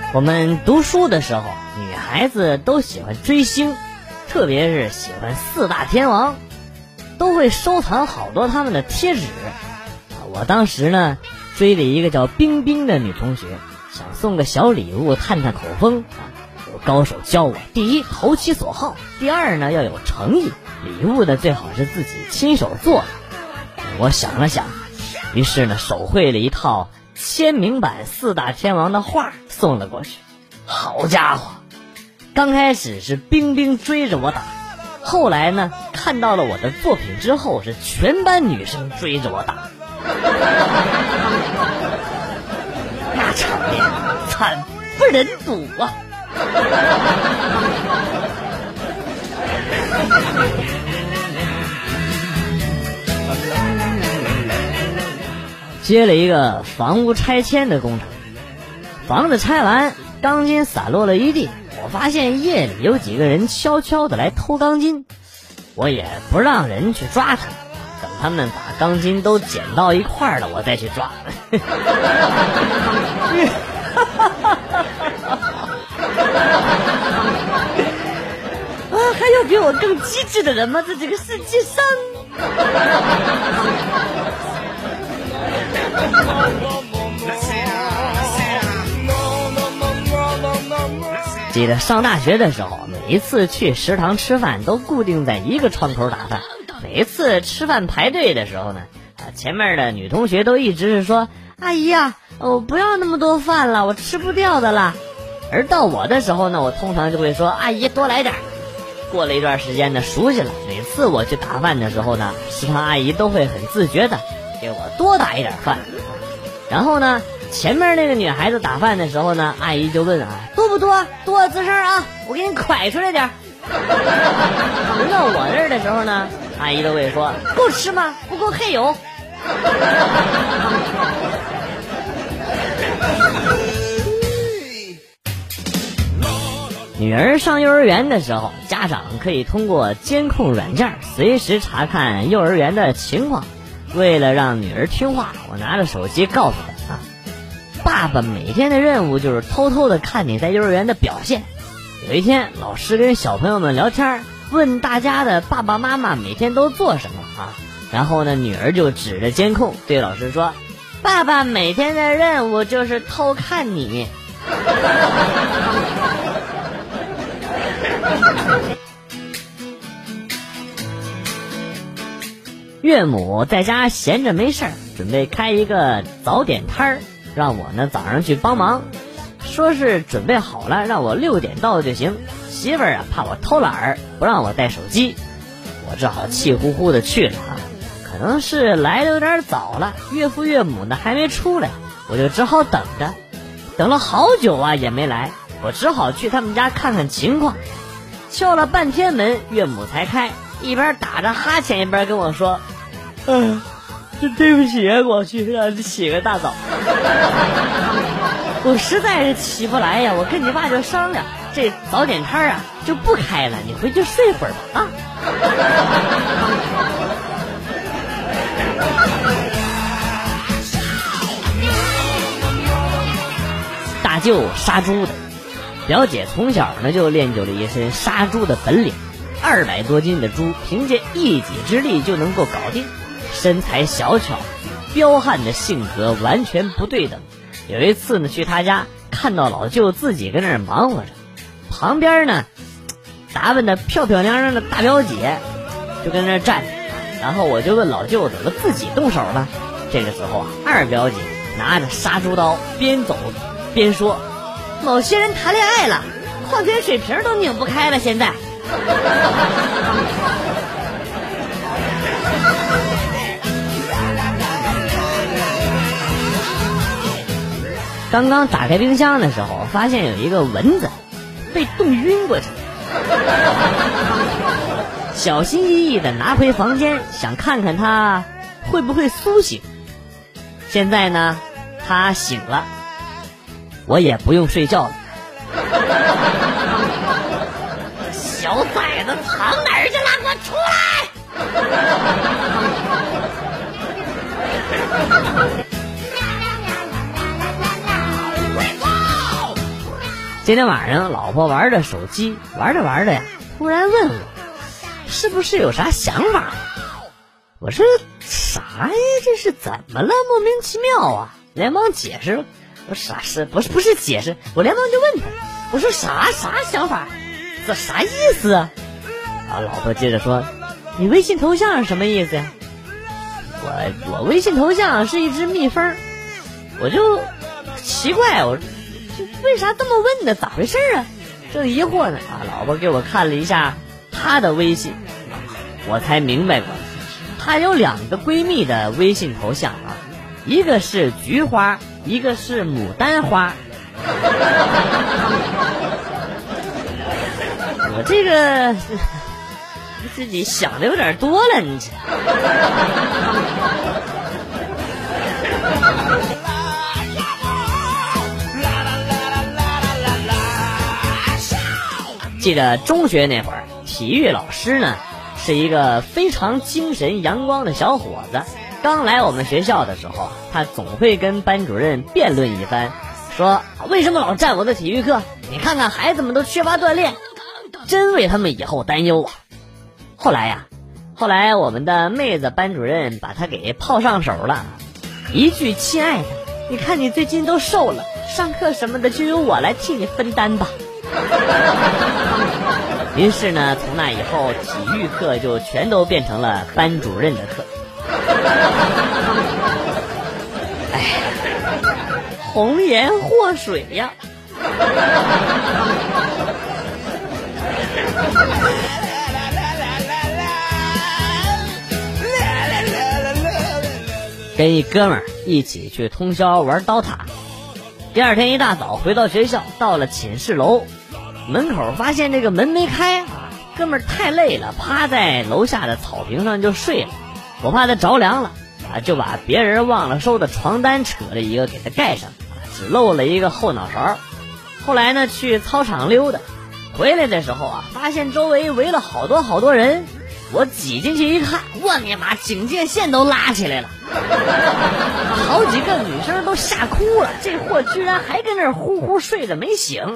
我们读书的时候，女孩子都喜欢追星，特别是喜欢四大天王，都会收藏好多他们的贴纸。我当时呢追了一个叫冰冰的女同学，想送个小礼物探探口风有高手教我，第一投其所好，第二呢要有诚意，礼物呢最好是自己亲手做的。我想了想，于是呢手绘了一套签名版四大天王的画送了过去。好家伙，刚开始是冰冰追着我打，后来呢看到了我的作品之后，是全班女生追着我打。那场面惨不忍睹啊！接了一个房屋拆迁的工程，房子拆完，钢筋散落了一地。我发现夜里有几个人悄悄的来偷钢筋，我也不让人去抓他们，等他们把钢筋都捡到一块了，我再去抓。还有比我更机智的人吗？在这个世界上。记得上大学的时候，每一次去食堂吃饭都固定在一个窗口打饭。每一次吃饭排队的时候呢，前面的女同学都一直是说：“阿姨啊，我不要那么多饭了，我吃不掉的啦。”而到我的时候呢，我通常就会说：“阿姨多来点。”过了一段时间呢，熟悉了，每次我去打饭的时候呢，食堂阿姨都会很自觉的给我多打一点饭。然后呢，前面那个女孩子打饭的时候呢，阿姨就问多不多？多吱声啊，我给你蒯出来点。轮到我那儿的时候呢，阿姨都会说：“够吃吗？不够还有。”女儿上幼儿园的时候，家长可以通过监控软件随时查看幼儿园的情况。为了让女儿听话，我拿着手机告诉她爸爸每天的任务就是偷偷的看你在幼儿园的表现。有一天，老师跟小朋友们聊天，问大家的爸爸妈妈每天都做什么然后呢，女儿就指着监控对老师说：“爸爸每天的任务就是偷看你。”岳母在家闲着没事儿，准备开一个早点摊儿，让我呢早上去帮忙，说是准备好了，让我6点到就行。媳妇儿怕我偷懒儿，不让我带手机，我只好气呼呼的去了可能是来的有点早了，岳父岳母呢还没出来，我就只好等着，等了好久也没来，我只好去他们家看看情况。敲了半天门，岳母才开，一边打着哈欠一边跟我说：“对不起我去让你起个大早。”我实在是起不来呀，我跟你爸就商量，这早点摊就不开了，你回去睡会儿吧大舅杀猪的，表姐从小呢就练就了一身杀猪的本领，200多斤的猪凭借一己之力就能够搞定，身材小巧，彪悍的性格完全不对等。有一次呢去他家，看到老舅自己跟那儿忙活着，旁边呢打扮的漂漂亮亮的大表姐就跟那儿站着，然后我就问老舅怎么自己动手了。这个时候二表姐拿着杀猪刀边走边说：“某些人谈恋爱了，矿泉水瓶都拧不开了，现在。”刚刚打开冰箱的时候，发现有一个蚊子被冻晕过去了，小心翼翼的拿回房间，想看看它会不会苏醒。现在呢，它醒了，我也不用睡觉了。小崽子藏哪儿去了？给我出来！ 今天晚上老婆玩着手机，玩着玩着呀，突然问我是不是有啥想法。我说啥呀，这是怎么了，莫名其妙啊，连忙解释。我啥是不是解释，我连忙就问他，我说啥想法，这啥意思啊？老婆接着说，你微信头像是什么意思呀？我微信头像是一只蜜蜂。我就奇怪，我为啥这么问呢？咋回事啊？正疑惑呢，老婆给我看了一下她的微信，我才明白过，她有2个闺蜜的微信头像啊，一个是菊花，一个是牡丹花。我这个自己想的有点多了，你这。记得中学那会儿，体育老师呢是一个非常精神阳光的小伙子。刚来我们学校的时候，他总会跟班主任辩论一番，说为什么老占我的体育课？你看看孩子们都缺乏锻炼，真为他们以后担忧啊。后来我们的妹子班主任把他给泡上手了，一句亲爱的，你看你最近都瘦了，上课什么的就由我来替你分担吧。于是呢，从那以后体育课就全都变成了班主任的课。哎，红颜祸水呀。跟一哥们儿一起去通宵玩刀塔，第二天一大早回到学校，到了寝室楼门口，发现这个门没开哥们儿太累了，趴在楼下的草坪上就睡了。我怕他着凉了就把别人忘了收的床单扯了一个给他盖上，只露了一个后脑勺。后来呢，去操场溜达，回来的时候发现周围围了好多人。我挤进去一看，我的妈，警戒线都拉起来了，好几个女生都吓哭了，这货居然还跟那儿呼呼睡着没醒。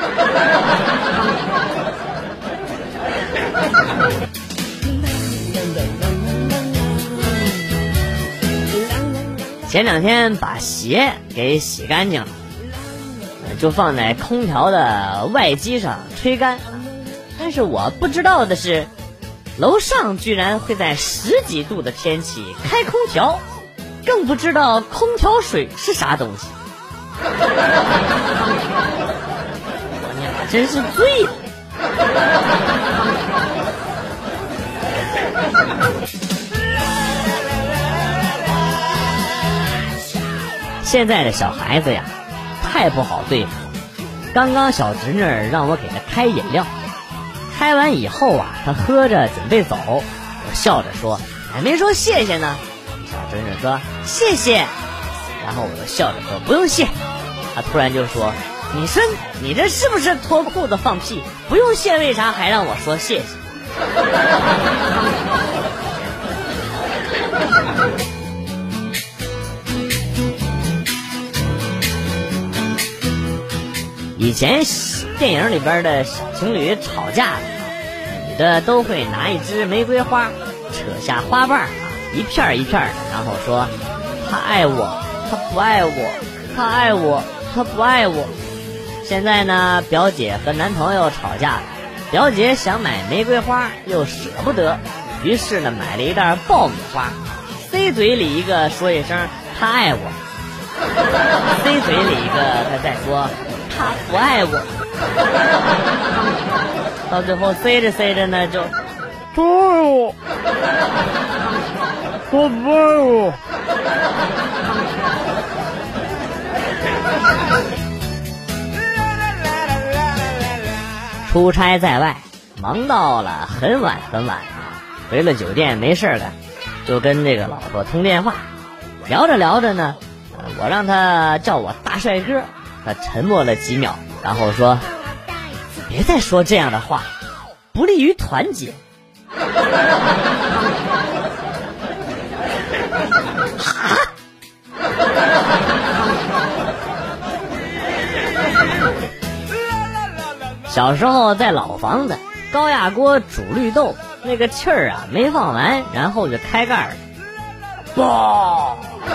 前2天把鞋给洗干净了，就放在空调的外机上吹干。但是我不知道的是，楼上居然会在10几度的天气开空调，更不知道空调水是啥东西。我娘，真是醉了。现在的小孩子呀，太不好对付。刚刚小侄女让我给她开饮料，开完以后她喝着准备走，我笑着说还没说谢谢呢。小侄女说谢谢，然后我又笑着说不用谢。她突然就说，你说你这是不是脱裤子放屁？不用谢为啥还让我说谢谢？以前电影里边的小情侣吵架了，女的都会拿一支玫瑰花，扯下花瓣一片一片的，然后说他爱我，他不爱我，他爱我，他不爱我。现在呢，表姐和男朋友吵架了，表姐想买玫瑰花又舍不得，于是呢买了一袋爆米花，塞嘴里一个说一声他爱我，塞嘴里一个他再说他不爱我，到最后塞着塞着呢就不爱我，他不爱我。出差在外，忙到了很晚，回了酒店没事干，就跟这个老婆通电话，聊着呢，我让他叫我大帅哥，他沉默了几秒，然后说别再说这样的话，不利于团结。 小时候在老房子高压锅煮绿豆，那个气儿啊没放完，然后就开盖了，嘣，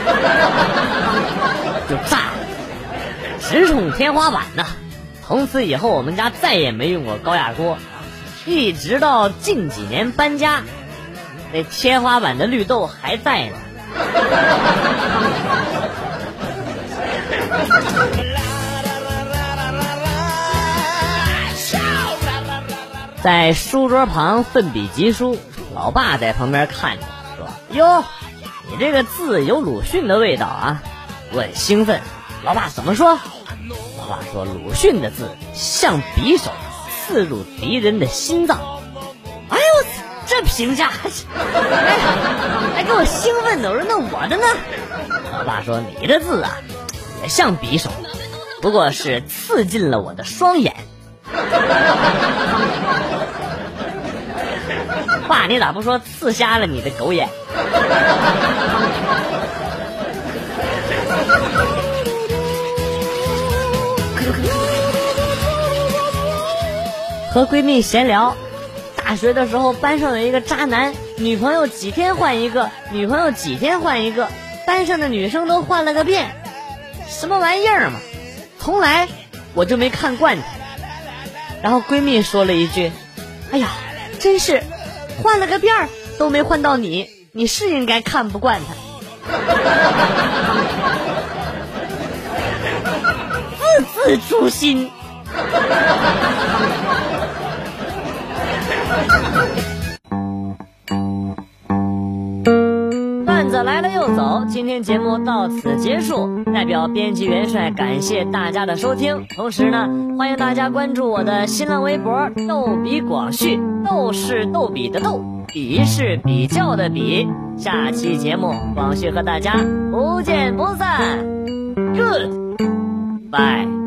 就炸了，直冲天花板呐！从此以后我们家再也没用过高压锅，一直到近几年搬家，那天花板的绿豆还在呢。在书桌旁奋笔疾书，老爸在旁边看着说：“哟，你这个字有鲁迅的味道啊！”我很兴奋，老爸怎么说？老爸说鲁迅的字像匕首刺入敌人的心脏。哎呦，这评价还给我兴奋的。我说那我的呢？老爸说你的字啊也像匕首，不过是刺进了我的双眼。爸，你咋不说刺瞎了你的狗眼？和闺蜜闲聊，大学的时候班上有一个渣男，女朋友几天换一个，班上的女生都换了个遍，什么玩意儿嘛，从来我就没看惯他。然后闺蜜说了一句：“哎呀，真是换了个遍儿都没换到你，你是应该看不惯他。”字字诛心。段子来了又走，今天节目到此结束，代表编辑元帅感谢大家的收听，同时呢，欢迎大家关注我的新浪微博逗比广旭，逗是逗比的逗，比是比较的比。下期节目广旭和大家不见不散， Goodbye。